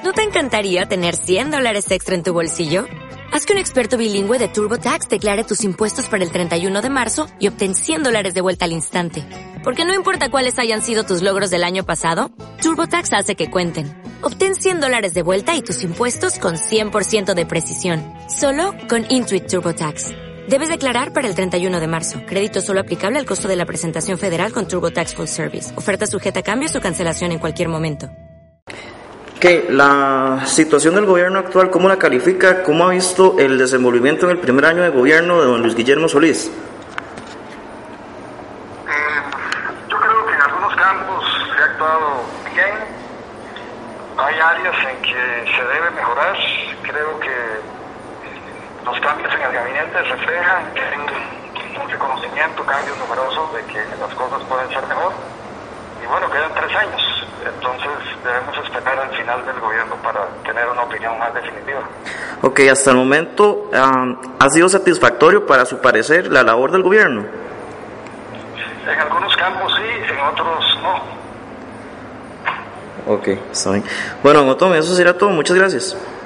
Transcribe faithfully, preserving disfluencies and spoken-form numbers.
¿No te encantaría tener cien dólares extra en tu bolsillo? Haz que un experto bilingüe de TurboTax declare tus impuestos para el treinta y uno de marzo y obtén cien dólares de vuelta al instante. Porque no importa cuáles hayan sido tus logros del año pasado, TurboTax hace que cuenten. Obtén cien dólares de vuelta y tus impuestos con cien por ciento de precisión. Solo con Intuit TurboTax. Debes declarar para el treinta y uno de marzo. Crédito solo aplicable al costo de la presentación federal con TurboTax Full Service. Oferta sujeta a cambios o cancelación en cualquier momento. Okay, la situación del gobierno actual, ¿cómo la califica? ¿Cómo ha visto el desenvolvimiento en el primer año de gobierno de don Luis Guillermo Solís? Eh, yo creo que en algunos campos se ha actuado bien. Hay áreas en que se debe mejorar. Creo que los cambios en el gabinete reflejan que hay un reconocimiento, cambios numerosos de que las cosas pueden ser mejor. Y bueno, quedan tres años, entonces debemos esperar al final del gobierno para tener una opinión más definitiva. Ok, hasta el momento, um, ¿ha sido satisfactorio para su parecer la labor del gobierno? En algunos campos sí, en otros no. Ok, está bien. Bueno, Otón, eso será todo. Muchas gracias.